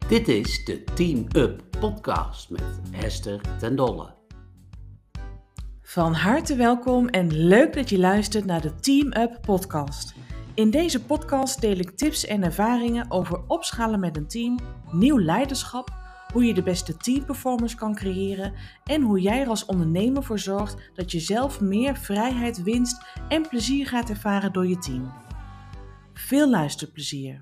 Dit is de Team Up podcast met Hester ten Dolle. Van harte welkom en leuk dat je luistert naar de Team Up podcast. In deze podcast deel ik tips en ervaringen over opschalen met een team, nieuw leiderschap, hoe je de beste teamperformance kan creëren en hoe jij er als ondernemer voor zorgt dat je zelf meer vrijheid, winst en plezier gaat ervaren door je team. Veel luisterplezier.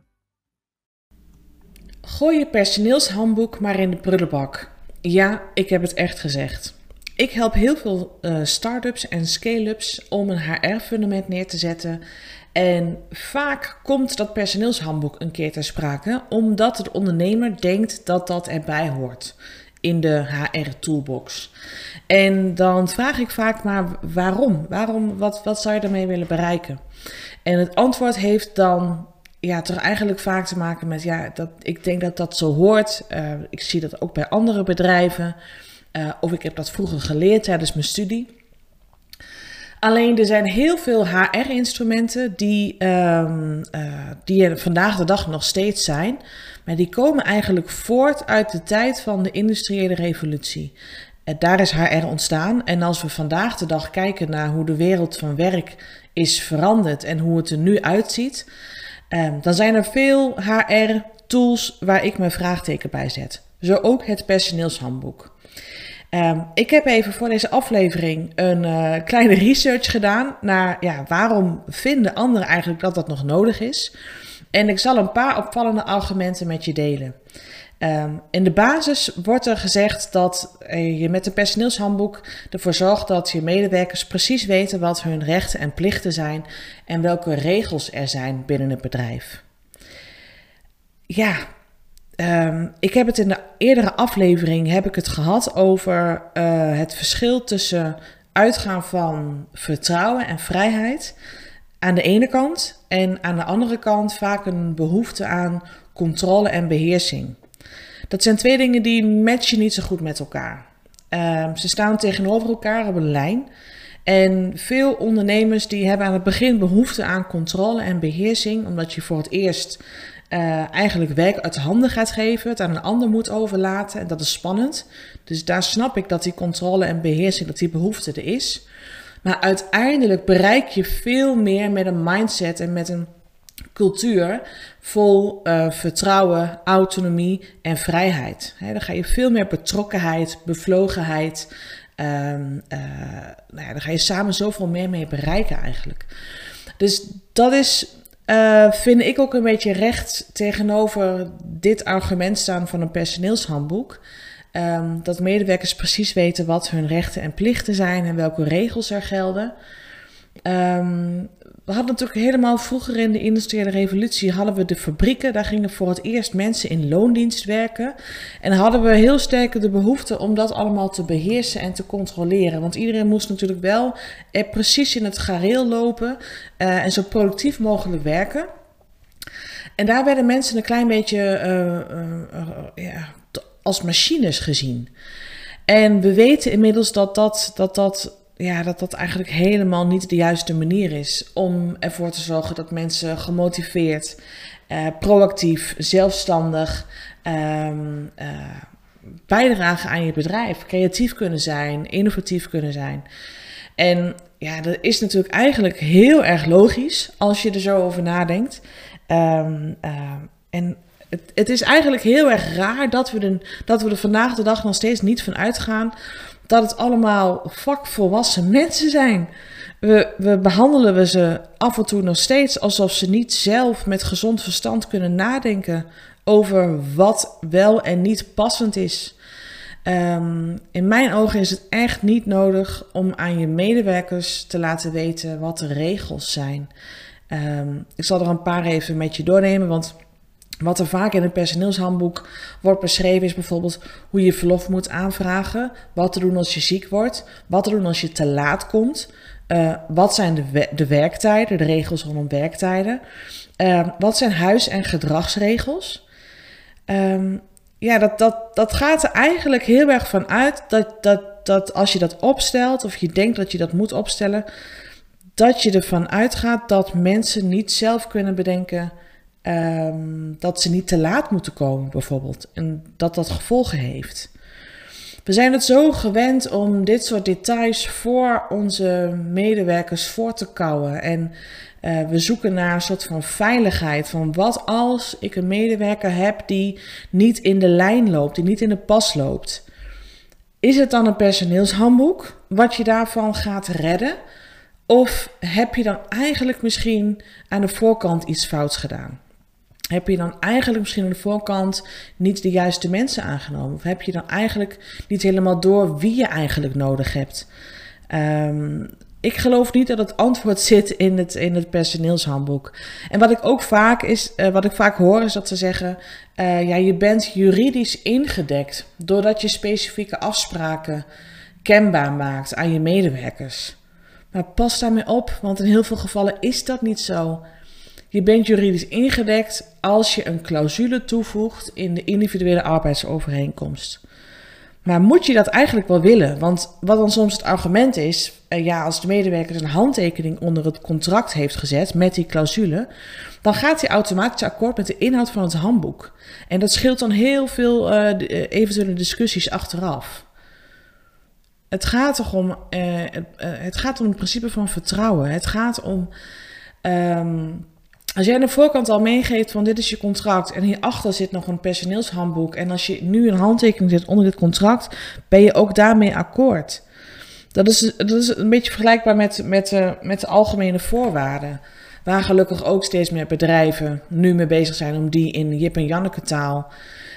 Gooi je personeelshandboek maar in de prullenbak. Ja, ik heb het echt gezegd. Ik help heel veel start-ups en scale-ups om een HR-fundament neer te zetten. En vaak komt dat personeelshandboek een keer ter sprake, omdat de ondernemer denkt dat dat erbij hoort in de HR-toolbox. En dan vraag ik vaak maar waarom? Wat zou je daarmee willen bereiken? En het antwoord heeft dan toch eigenlijk vaak te maken met ik denk dat dat zo hoort. Ik zie dat ook bij andere bedrijven. Of ik heb dat vroeger geleerd tijdens mijn studie. Alleen er zijn heel veel HR-instrumenten die er vandaag de dag nog steeds zijn. Maar die komen eigenlijk voort uit de tijd van de industriële revolutie. Daar is HR ontstaan. En als we vandaag de dag kijken naar hoe de wereld van werk is veranderd en hoe het er nu uitziet, dan zijn er veel HR-tools waar ik mijn vraagteken bij zet. Zo ook het personeelshandboek. Ik heb even voor deze aflevering een kleine research gedaan naar waarom vinden anderen eigenlijk dat dat nog nodig is. En ik zal een paar opvallende argumenten met je delen. In de basis wordt er gezegd dat je met een personeelshandboek ervoor zorgt dat je medewerkers precies weten wat hun rechten en plichten zijn en welke regels er zijn binnen het bedrijf. Ik heb het in de eerdere aflevering gehad over het verschil tussen uitgaan van vertrouwen en vrijheid aan de ene kant en aan de andere kant vaak een behoefte aan controle en beheersing. Dat zijn twee dingen die matchen niet zo goed met elkaar. Ze staan tegenover elkaar op een lijn. En veel ondernemers die hebben aan het begin behoefte aan controle en beheersing, omdat je voor het eerst eigenlijk werk uit handen gaat geven, het aan een ander moet overlaten. En dat is spannend. Dus daar snap ik dat die controle en beheersing, dat die behoefte er is. Maar uiteindelijk bereik je veel meer met een mindset en met een cultuur vol vertrouwen, autonomie en vrijheid. Dan ga je veel meer betrokkenheid, bevlogenheid. Daar ga je samen zoveel meer mee bereiken eigenlijk. Dus dat is, vind ik ook een beetje recht tegenover dit argument staan van een personeelshandboek. Dat medewerkers precies weten wat hun rechten en plichten zijn en welke regels er gelden. We hadden natuurlijk helemaal vroeger in de industriële revolutie hadden we de fabrieken. Daar gingen voor het eerst mensen in loondienst werken. En hadden we heel sterk de behoefte om dat allemaal te beheersen en te controleren. Want iedereen moest natuurlijk wel precies in het gareel lopen en zo productief mogelijk werken. En daar werden mensen een klein beetje als machines gezien. En we weten inmiddels dat eigenlijk helemaal niet de juiste manier is om ervoor te zorgen dat mensen gemotiveerd, proactief, zelfstandig bijdragen aan je bedrijf, creatief kunnen zijn, innovatief kunnen zijn. En dat is natuurlijk eigenlijk heel erg logisch als je er zo over nadenkt. En het is eigenlijk heel erg raar dat we er vandaag de dag nog steeds niet van uitgaan dat het allemaal vakvolwassen mensen zijn. We behandelen ze af en toe nog steeds alsof ze niet zelf met gezond verstand kunnen nadenken over wat wel en niet passend is. In mijn ogen is het echt niet nodig om aan je medewerkers te laten weten wat de regels zijn. Ik zal er een paar even met je doornemen, want wat er vaak in het personeelshandboek wordt beschreven is bijvoorbeeld hoe je verlof moet aanvragen, wat te doen als je ziek wordt, wat te doen als je te laat komt, wat zijn de werktijden, de regels rondom werktijden, wat zijn huis- en gedragsregels. Dat gaat er eigenlijk heel erg van uit dat als je dat opstelt of je denkt dat je dat moet opstellen, dat je ervan uitgaat dat mensen niet zelf kunnen bedenken dat ze niet te laat moeten komen bijvoorbeeld. En dat gevolgen heeft. We zijn het zo gewend om dit soort details voor onze medewerkers voor te kouwen. En we zoeken naar een soort van veiligheid. Van wat als ik een medewerker heb die niet in de lijn loopt, die niet in de pas loopt. Is het dan een personeelshandboek wat je daarvan gaat redden? Of heb je dan eigenlijk misschien aan de voorkant iets fouts gedaan? Heb je dan eigenlijk misschien aan de voorkant niet de juiste mensen aangenomen? Of heb je dan eigenlijk niet helemaal door wie je eigenlijk nodig hebt? Ik geloof niet dat het antwoord zit in het personeelshandboek. En wat ik ook vaak hoor is dat ze zeggen, je bent juridisch ingedekt doordat je specifieke afspraken kenbaar maakt aan je medewerkers. Maar pas daarmee op, want in heel veel gevallen is dat niet zo. Je bent juridisch ingedekt als je een clausule toevoegt in de individuele arbeidsovereenkomst. Maar moet je dat eigenlijk wel willen? Want wat dan soms het argument is, als de medewerker een handtekening onder het contract heeft gezet met die clausule, dan gaat hij automatisch akkoord met de inhoud van het handboek. En dat scheelt dan heel veel eventuele discussies achteraf. Het gaat toch om het principe van vertrouwen. Het gaat om, als jij aan de voorkant al meegeeft van dit is je contract en hierachter zit nog een personeelshandboek en als je nu een handtekening zet onder dit contract, ben je ook daarmee akkoord. Dat is een beetje vergelijkbaar met de algemene voorwaarden. Waar gelukkig ook steeds meer bedrijven nu mee bezig zijn om die in Jip en Janneke taal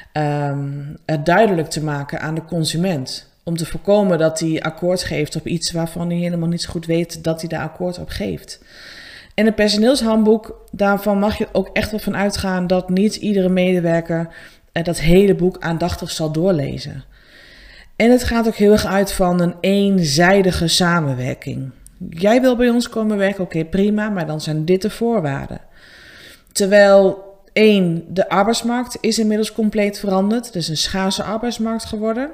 duidelijk te maken aan de consument. Om te voorkomen dat hij akkoord geeft op iets waarvan hij helemaal niet zo goed weet dat hij daar akkoord op geeft. En het personeelshandboek, daarvan mag je ook echt wel van uitgaan dat niet iedere medewerker dat hele boek aandachtig zal doorlezen. En het gaat ook heel erg uit van een eenzijdige samenwerking. Jij wil bij ons komen werken, oké, prima, maar dan zijn dit de voorwaarden. Terwijl de arbeidsmarkt is inmiddels compleet veranderd. Het is een schaarse arbeidsmarkt geworden.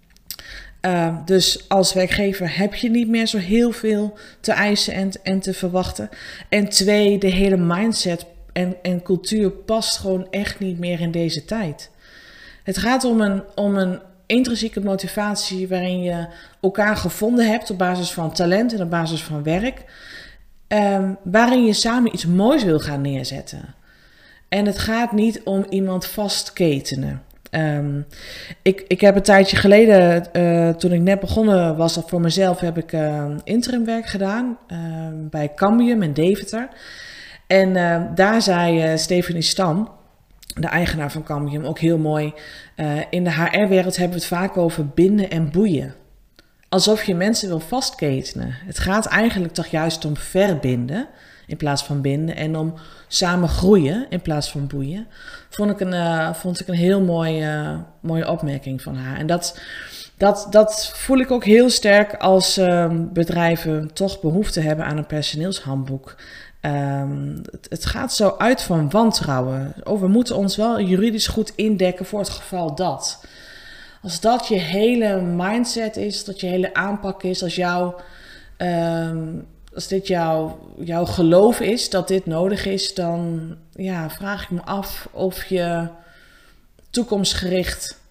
Dus als werkgever heb je niet meer zo heel veel te eisen en te verwachten. En 2, de hele mindset en cultuur past gewoon echt niet meer in deze tijd. Het gaat om een intrinsieke motivatie waarin je elkaar gevonden hebt op basis van talent en op basis van werk. Waarin je samen iets moois wil gaan neerzetten. En het gaat niet om iemand vastketenen. Ik heb een tijdje geleden, toen ik net begonnen was voor mezelf, heb ik interimwerk gedaan bij Cambium in Deventer. En daar zei Stephanie Stam, de eigenaar van Cambium, ook heel mooi. In de HR-wereld hebben we het vaak over binden en boeien. Alsof je mensen wil vastketenen. Het gaat eigenlijk toch juist om verbinden in plaats van binden en om samen groeien in plaats van boeien. Vond ik een heel mooie opmerking van haar. En dat voel ik ook heel sterk als bedrijven toch behoefte hebben aan een personeelshandboek. Het gaat zo uit van wantrouwen. We moeten ons wel juridisch goed indekken voor het geval dat. Als dat je hele mindset is, dat je hele aanpak is, als dit jouw geloof is dat dit nodig is, dan vraag ik me af of je toekomstgericht,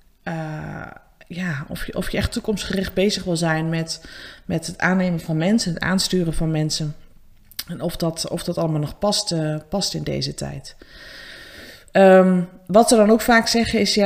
of je echt toekomstgericht bezig wil zijn met het aannemen van mensen, het aansturen van mensen. En of dat allemaal nog past in deze tijd. Wat ze dan ook vaak zeggen is,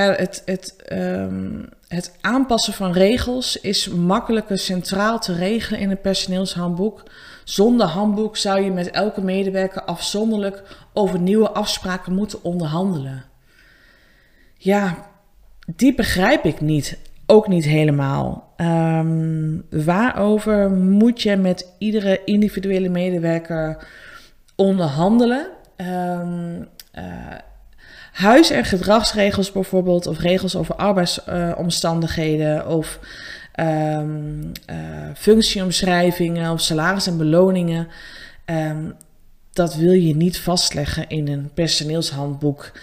het aanpassen van regels is makkelijker centraal te regelen in een personeelshandboek. Zonder handboek zou je met elke medewerker afzonderlijk over nieuwe afspraken moeten onderhandelen. Ja, die begrijp ik niet. Ook niet helemaal. Waarover moet je met iedere individuele medewerker onderhandelen? Huis- en gedragsregels bijvoorbeeld, of regels over arbeidsomstandigheden, of functieomschrijvingen, of salaris en beloningen. Dat wil je niet vastleggen in een personeelshandboek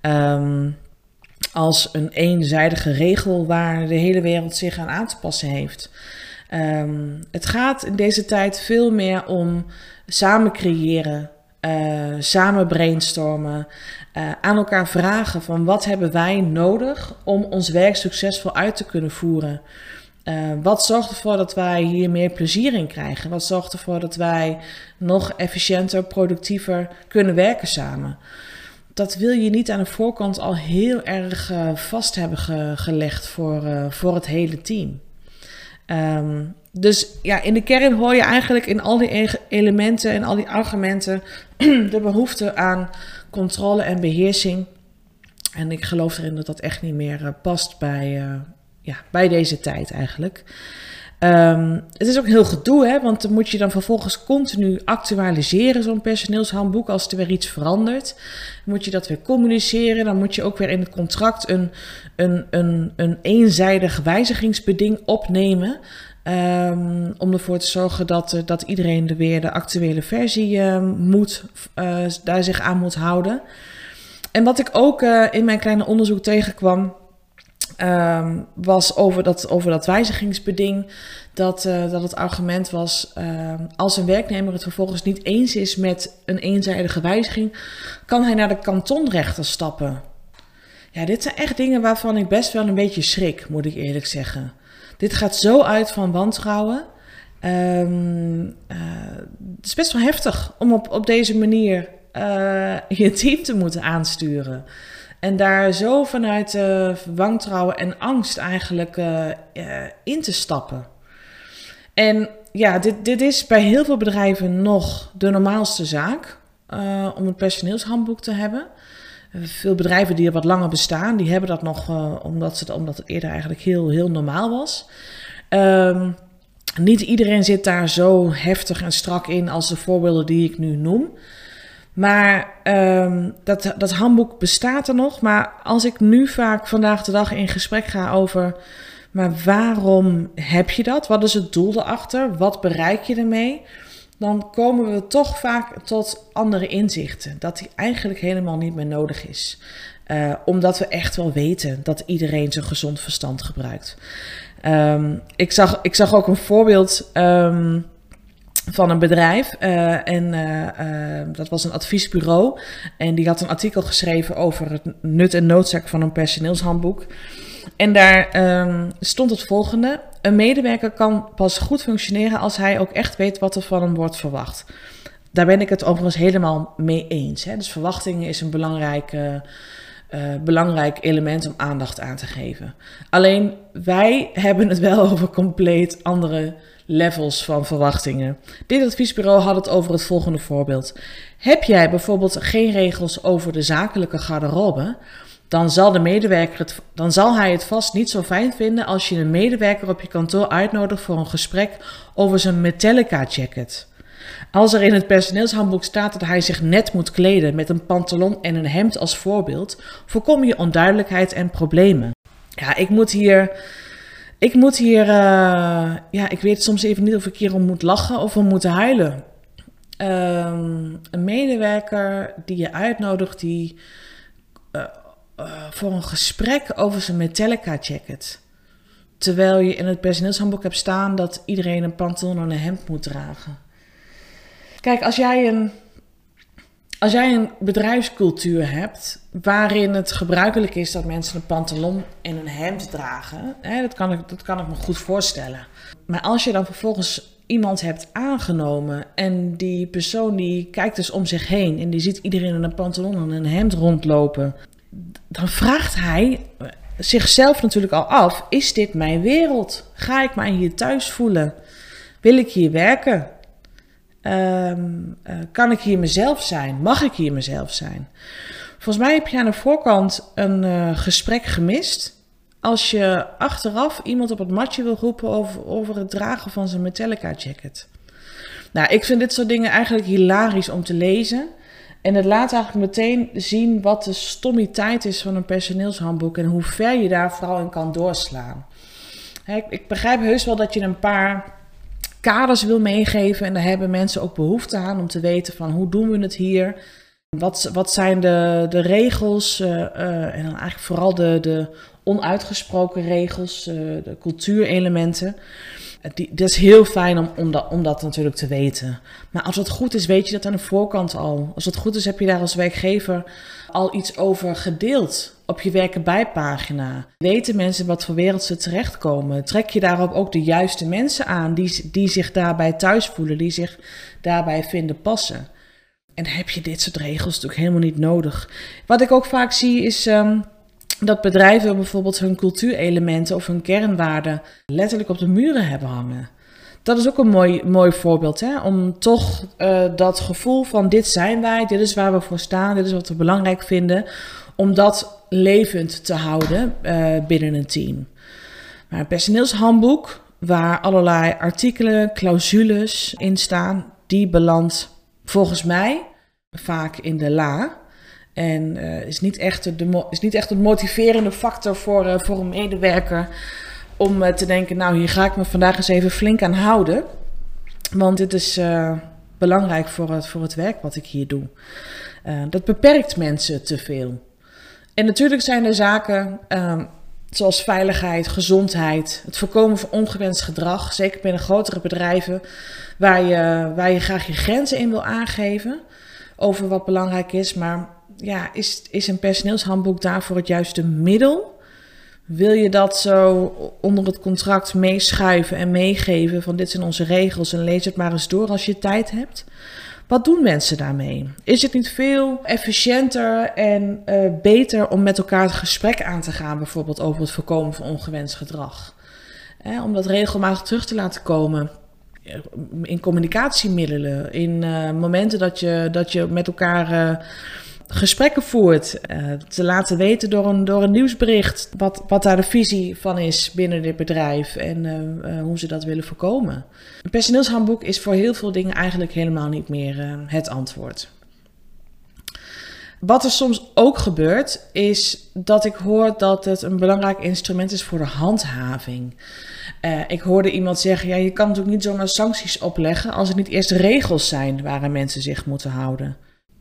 als een eenzijdige regel waar de hele wereld zich aan te passen heeft. Het gaat in deze tijd veel meer om samen creëren. samen brainstormen, aan elkaar vragen van wat hebben wij nodig om ons werk succesvol uit te kunnen voeren. Wat zorgt ervoor dat wij hier meer plezier in krijgen? Wat zorgt ervoor dat wij nog efficiënter, productiever kunnen werken samen? Dat wil je niet aan de voorkant al heel erg vast hebben gelegd voor het hele team. Dus ja, in de kern hoor je eigenlijk in al die elementen en al die argumenten de behoefte aan controle en beheersing. En ik geloof erin dat dat echt niet meer past bij deze tijd eigenlijk. Het is ook heel gedoe, hè, want dan moet je dan vervolgens continu actualiseren, zo'n personeelshandboek, als er weer iets verandert. Dan moet je dat weer communiceren, dan moet je ook weer in het contract een eenzijdig wijzigingsbeding opnemen. Om ervoor te zorgen dat iedereen weer de actuele versie daar zich aan moet houden. En wat ik ook in mijn kleine onderzoek tegenkwam, was over dat wijzigingsbeding, dat het argument was, als een werknemer het vervolgens niet eens is met een eenzijdige wijziging, kan hij naar de kantonrechter stappen. Ja, dit zijn echt dingen waarvan ik best wel een beetje schrik, moet ik eerlijk zeggen. Dit gaat zo uit van wantrouwen. Het is best wel heftig om op deze manier je team te moeten aansturen. En daar zo vanuit wantrouwen en angst eigenlijk in te stappen. En ja, dit is bij heel veel bedrijven nog de normaalste zaak om een personeelshandboek te hebben. Veel bedrijven die er wat langer bestaan, die hebben dat nog omdat het eerder eigenlijk heel, heel normaal was. Niet iedereen zit daar zo heftig en strak in als de voorbeelden die ik nu noem. Maar dat handboek bestaat er nog. Maar als ik nu vaak vandaag de dag in gesprek ga over, maar waarom heb je dat? Wat is het doel erachter? Wat bereik je ermee? Dan komen we toch vaak tot andere inzichten. Dat die eigenlijk helemaal niet meer nodig is. Omdat we echt wel weten dat iedereen zijn gezond verstand gebruikt. Ik zag ook een voorbeeld van een bedrijf. Dat was een adviesbureau. En die had een artikel geschreven over het nut en noodzaak van een personeelshandboek. En daar stond het volgende. Een medewerker kan pas goed functioneren als hij ook echt weet wat er van hem wordt verwacht. Daar ben ik het overigens helemaal mee eens. Hè. Dus verwachtingen is een belangrijk element om aandacht aan te geven. Alleen wij hebben het wel over compleet andere levels van verwachtingen. Dit adviesbureau had het over het volgende voorbeeld. Heb jij bijvoorbeeld geen regels over de zakelijke garderobe, dan zal hij het vast niet zo fijn vinden als je een medewerker op je kantoor uitnodigt voor een gesprek over zijn Metallica jacket. Als er in het personeelshandboek staat dat hij zich net moet kleden met een pantalon en een hemd als voorbeeld, voorkom je onduidelijkheid en problemen. Ja, ik weet soms even niet of ik hierom moet lachen of om moet huilen. Een medewerker die je uitnodigt voor een gesprek over zijn Metallica jacket. Terwijl je in het personeelshandboek hebt staan dat iedereen een pantalon en een hemd moet dragen. Kijk, als jij een bedrijfscultuur hebt waarin het gebruikelijk is dat mensen een pantalon en een hemd dragen, dat kan ik me goed voorstellen. Maar als je dan vervolgens iemand hebt aangenomen en die persoon die kijkt dus om zich heen en die ziet iedereen in een pantalon en een hemd rondlopen, dan vraagt hij zichzelf natuurlijk al af, is dit mijn wereld? Ga ik mij hier thuis voelen? Wil ik hier werken? Kan ik hier mezelf zijn? Mag ik hier mezelf zijn? Volgens mij heb je aan de voorkant een gesprek gemist als je achteraf iemand op het matje wil roepen over het dragen van zijn Metallica jacket. Nou, ik vind dit soort dingen eigenlijk hilarisch om te lezen. En het laat eigenlijk meteen zien wat de stommiteit is van een personeelshandboek en hoe ver je daar vooral in kan doorslaan. Ik begrijp heus wel dat je een paar kaders wil meegeven en daar hebben mensen ook behoefte aan om te weten van hoe doen we het hier? Wat zijn de regels en dan eigenlijk vooral de onuitgesproken regels, de cultuurelementen. Dat is heel fijn om dat natuurlijk te weten. Maar als het goed is, weet je dat aan de voorkant al. Als het goed is, heb je daar als werkgever al iets over gedeeld op je werken bijpagina. Weten mensen wat voor wereld ze terechtkomen? Trek je daarop ook de juiste mensen aan die zich daarbij thuis voelen, die zich daarbij vinden passen? En heb je dit soort regels natuurlijk helemaal niet nodig. Wat ik ook vaak zie is dat bedrijven bijvoorbeeld hun cultuurelementen of hun kernwaarden letterlijk op de muren hebben hangen. Dat is ook een mooi voorbeeld, hè? Om toch dat gevoel van dit zijn wij, dit is waar we voor staan, dit is wat we belangrijk vinden, om dat levend te houden binnen een team. Maar een personeelshandboek waar allerlei artikelen, clausules in staan, die belandt volgens mij vaak in de la. En is niet echt een motiverende factor voor een medewerker om te denken, nou hier ga ik me vandaag eens even flink aan houden. Want dit is belangrijk voor het werk wat ik hier doe. Dat beperkt mensen te veel. En natuurlijk zijn er zaken zoals veiligheid, gezondheid, het voorkomen van ongewenst gedrag. Zeker binnen grotere bedrijven waar je graag je grenzen in wil aangeven over wat belangrijk is. Maar ja, is een personeelshandboek daarvoor het juiste middel? Wil je dat zo onder het contract meeschuiven en meegeven van dit zijn onze regels en lees het maar eens door als je tijd hebt? Wat doen mensen daarmee? Is het niet veel efficiënter en beter om met elkaar het gesprek aan te gaan, bijvoorbeeld over het voorkomen van ongewenst gedrag? Om dat regelmatig terug te laten komen in communicatiemiddelen, in momenten dat je met elkaar gesprekken voert, te laten weten door een nieuwsbericht wat daar de visie van is binnen dit bedrijf en hoe ze dat willen voorkomen. Een personeelshandboek is voor heel veel dingen eigenlijk helemaal niet meer het antwoord. Wat er soms ook gebeurt, is dat ik hoor dat het een belangrijk instrument is voor de handhaving. Ik hoorde iemand zeggen, ja, je kan natuurlijk niet zomaar sancties opleggen als er niet eerst regels zijn waaraan mensen zich moeten houden.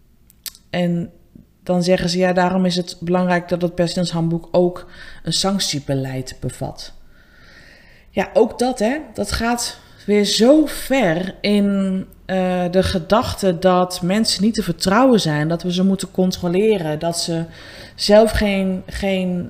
En dan zeggen ze, ja, daarom is het belangrijk dat het personeelshandboek ook een sanctiebeleid bevat. Ja, ook dat gaat weer zo ver in de gedachte dat mensen niet te vertrouwen zijn, dat we ze moeten controleren, dat ze zelf geen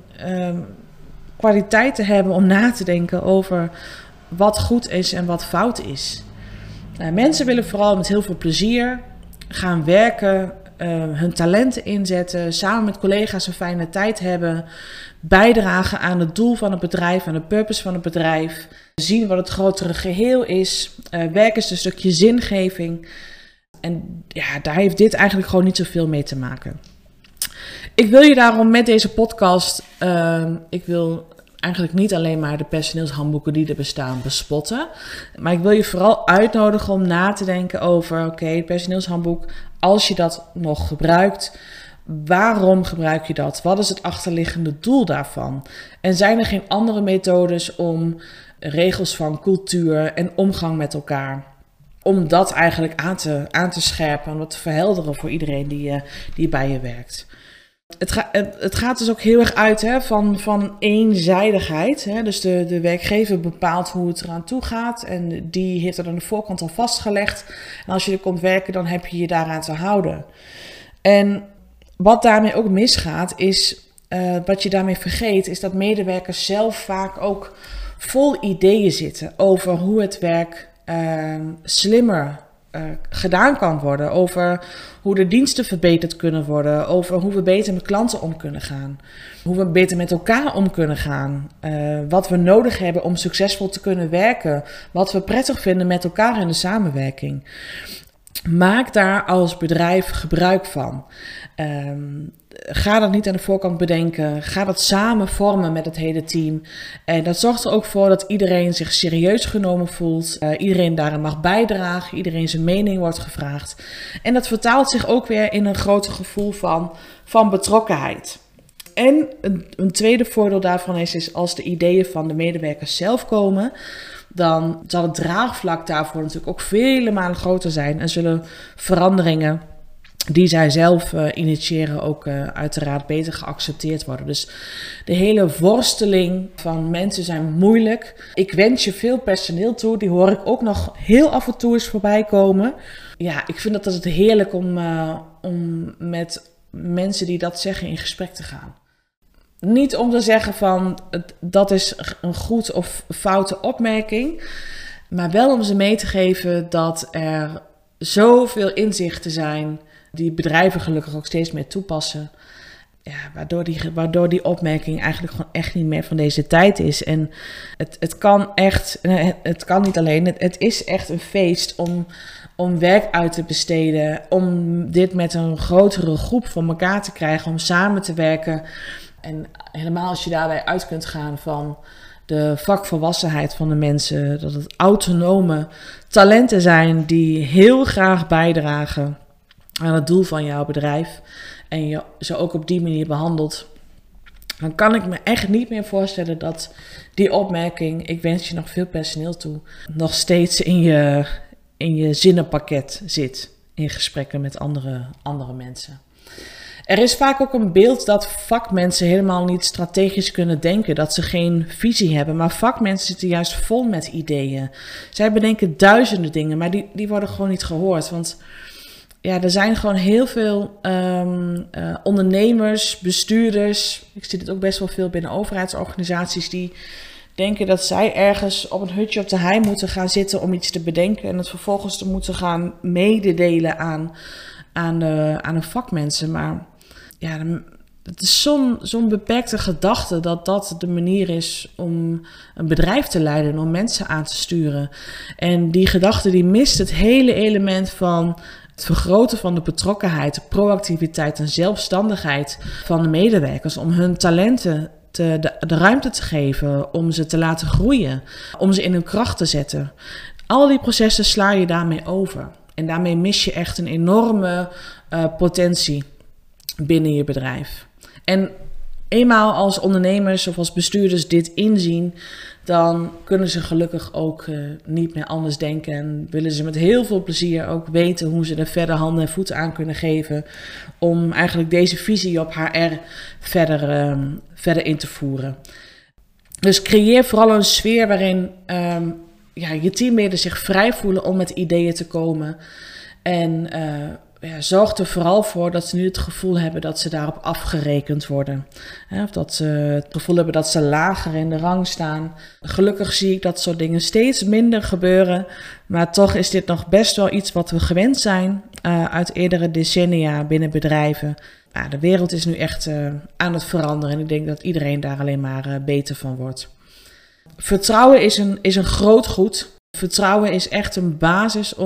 kwaliteiten hebben om na te denken over wat goed is en wat fout is. Mensen willen vooral met heel veel plezier gaan werken, hun talenten inzetten, samen met collega's een fijne tijd hebben, bijdragen aan het doel van het bedrijf, aan de purpose van het bedrijf, zien wat het grotere geheel is, werken is een stukje zingeving. En ja, daar heeft dit eigenlijk gewoon niet zoveel mee te maken. Ik wil je daarom met deze podcast, ik wil eigenlijk niet alleen maar de personeelshandboeken die er bestaan bespotten, maar ik wil je vooral uitnodigen om na te denken over, het personeelshandboek, als je dat nog gebruikt, waarom gebruik je dat? Wat is het achterliggende doel daarvan? En zijn er geen andere methodes om regels van cultuur en omgang met elkaar, om dat eigenlijk aan te scherpen en wat te verhelderen voor iedereen die bij je werkt? Het gaat dus ook heel erg uit van eenzijdigheid. Dus de werkgever bepaalt hoe het eraan toe gaat en die heeft dat aan de voorkant al vastgelegd. En als je er komt werken, dan heb je je daaraan te houden. En wat daarmee ook misgaat is, wat je daarmee vergeet, is dat medewerkers zelf vaak ook vol ideeën zitten over hoe het werk slimmer gedaan kan worden, over hoe de diensten verbeterd kunnen worden, over hoe we beter met klanten om kunnen gaan, hoe we beter met elkaar om kunnen gaan, wat we nodig hebben om succesvol te kunnen werken, wat we prettig vinden met elkaar in de samenwerking. Maak daar als bedrijf gebruik van. Ga dat niet aan de voorkant bedenken. Ga dat samen vormen met het hele team. En dat zorgt er ook voor dat iedereen zich serieus genomen voelt. Iedereen daarin mag bijdragen. Iedereen zijn mening wordt gevraagd. En dat vertaalt zich ook weer in een groter gevoel van betrokkenheid. En een tweede voordeel daarvan is als de ideeën van de medewerkers zelf komen, dan zal het draagvlak daarvoor natuurlijk ook vele malen groter zijn en zullen veranderingen die zij zelf initiëren ook uiteraard beter geaccepteerd worden. Dus de hele worsteling van mensen zijn moeilijk. Ik wens je veel personeel toe. Die hoor ik ook nog heel af en toe eens voorbij komen. Ja, ik vind dat het heerlijk om met mensen die dat zeggen in gesprek te gaan. Niet om te zeggen van dat is een goed of foute opmerking. Maar wel om ze mee te geven dat er zoveel inzichten zijn die bedrijven gelukkig ook steeds meer toepassen. Ja, waardoor die opmerking eigenlijk gewoon echt niet meer van deze tijd is. En het kan echt, het kan niet alleen, het is echt een feest om werk uit te besteden. Om dit met een grotere groep voor elkaar te krijgen, om samen te werken. En helemaal als je daarbij uit kunt gaan van de vakvolwassenheid van de mensen. Dat het autonome talenten zijn die heel graag bijdragen aan het doel van jouw bedrijf. En je ze ook op die manier behandelt. Dan kan ik me echt niet meer voorstellen dat die opmerking, ik wens je nog veel personeel toe, nog steeds in je zinnenpakket zit. In gesprekken met andere mensen. Er is vaak ook een beeld dat vakmensen helemaal niet strategisch kunnen denken. Dat ze geen visie hebben. Maar vakmensen zitten juist vol met ideeën. Zij bedenken duizenden dingen, maar die worden gewoon niet gehoord. Want ja, er zijn gewoon heel veel ondernemers, bestuurders. Ik zie dit ook best wel veel binnen overheidsorganisaties die denken dat zij ergens op een hutje op de hei moeten gaan zitten om iets te bedenken. En het vervolgens te moeten gaan mededelen aan de vakmensen. Maar ja, het is zo'n beperkte gedachte dat de manier is om een bedrijf te leiden en om mensen aan te sturen. En die gedachte die mist het hele element van het vergroten van de betrokkenheid, de proactiviteit en zelfstandigheid van de medewerkers. Om hun talenten de ruimte te geven, om ze te laten groeien, om ze in hun kracht te zetten. Al die processen sla je daarmee over. En daarmee mis je echt een enorme potentie binnen je bedrijf. En eenmaal als ondernemers of als bestuurders dit inzien, dan kunnen ze gelukkig ook niet meer anders denken. En willen ze met heel veel plezier ook weten hoe ze er verder handen en voeten aan kunnen geven. Om eigenlijk deze visie op HR verder in te voeren. Dus creëer vooral een sfeer waarin je teamleden zich vrij voelen om met ideeën te komen. En zorg er vooral voor dat ze nu het gevoel hebben dat ze daarop afgerekend worden. Of dat ze het gevoel hebben dat ze lager in de rang staan. Gelukkig zie ik dat soort dingen steeds minder gebeuren. Maar toch is dit nog best wel iets wat we gewend zijn uit eerdere decennia binnen bedrijven. De wereld is nu echt aan het veranderen en ik denk dat iedereen daar alleen maar beter van wordt. Vertrouwen is een groot goed. Vertrouwen is echt een basis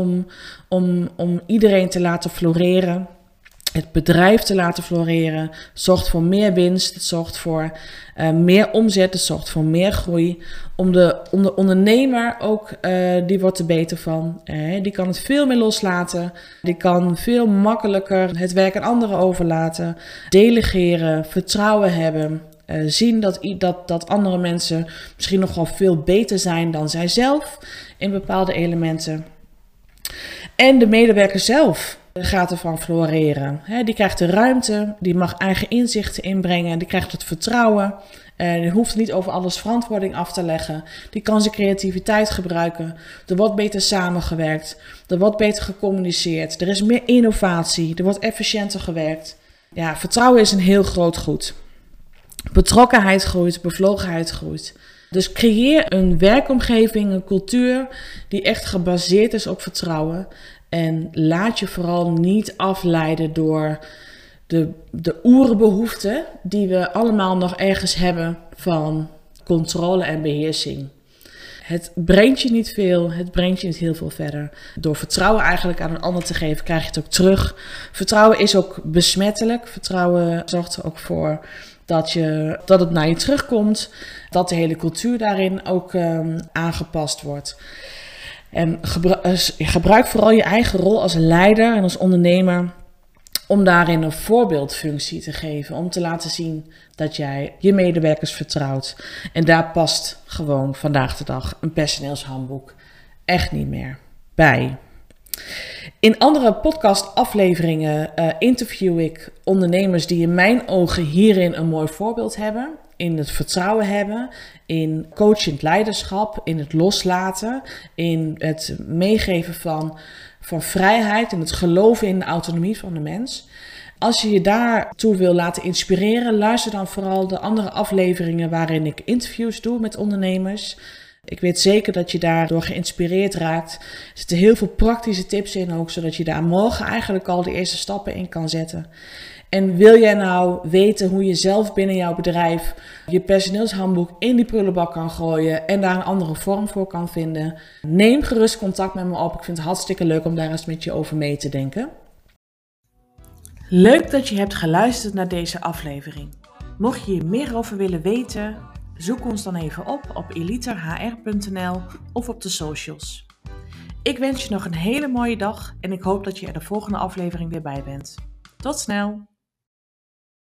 om iedereen te laten floreren. Het bedrijf te laten floreren. Het zorgt voor meer winst. Het zorgt voor meer omzet. Het zorgt voor meer groei. Om de ondernemer ook, die wordt er beter van. Die kan het veel meer loslaten. Die kan veel makkelijker het werk aan anderen overlaten. Delegeren. Vertrouwen hebben. Zien dat andere mensen misschien nog wel veel beter zijn dan zijzelf in bepaalde elementen. En de medewerker zelf gaat ervan floreren. Die krijgt de ruimte, die mag eigen inzichten inbrengen, die krijgt het vertrouwen. Die hoeft niet over alles verantwoording af te leggen. Die kan zijn creativiteit gebruiken. Er wordt beter samengewerkt. Er wordt beter gecommuniceerd. Er is meer innovatie. Er wordt efficiënter gewerkt. Ja, vertrouwen is een heel groot goed. Betrokkenheid groeit, bevlogenheid groeit. Dus creëer een werkomgeving, een cultuur die echt gebaseerd is op vertrouwen. En laat je vooral niet afleiden door de oerbehoeften die we allemaal nog ergens hebben van controle en beheersing. Het brengt je niet veel, het brengt je niet heel veel verder. Door vertrouwen eigenlijk aan een ander te geven, krijg je het ook terug. Vertrouwen is ook besmettelijk. Vertrouwen zorgt er ook voor dat het naar je terugkomt. Dat de hele cultuur daarin ook aangepast wordt. En gebruik vooral je eigen rol als leider en als ondernemer om daarin een voorbeeldfunctie te geven. Om te laten zien dat jij je medewerkers vertrouwt. En daar past gewoon vandaag de dag een personeelshandboek echt niet meer bij. In andere podcastafleveringen interview ik ondernemers die in mijn ogen hierin een mooi voorbeeld hebben. In het vertrouwen hebben, in coachend leiderschap, in het loslaten, in het meegeven van vrijheid en het geloven in de autonomie van de mens. Als je je daartoe wil laten inspireren, luister dan vooral de andere afleveringen waarin ik interviews doe met ondernemers. Ik weet zeker dat je daardoor geïnspireerd raakt. Er zitten heel veel praktische tips in ook, zodat je daar morgen eigenlijk al de eerste stappen in kan zetten. En wil jij nou weten hoe je zelf binnen jouw bedrijf je personeelshandboek in die prullenbak kan gooien en daar een andere vorm voor kan vinden? Neem gerust contact met me op. Ik vind het hartstikke leuk om daar eens met je over mee te denken. Leuk dat je hebt geluisterd naar deze aflevering. Mocht je hier meer over willen weten, zoek ons dan even op eliterhr.nl of op de socials. Ik wens je nog een hele mooie dag en ik hoop dat je er de volgende aflevering weer bij bent. Tot snel!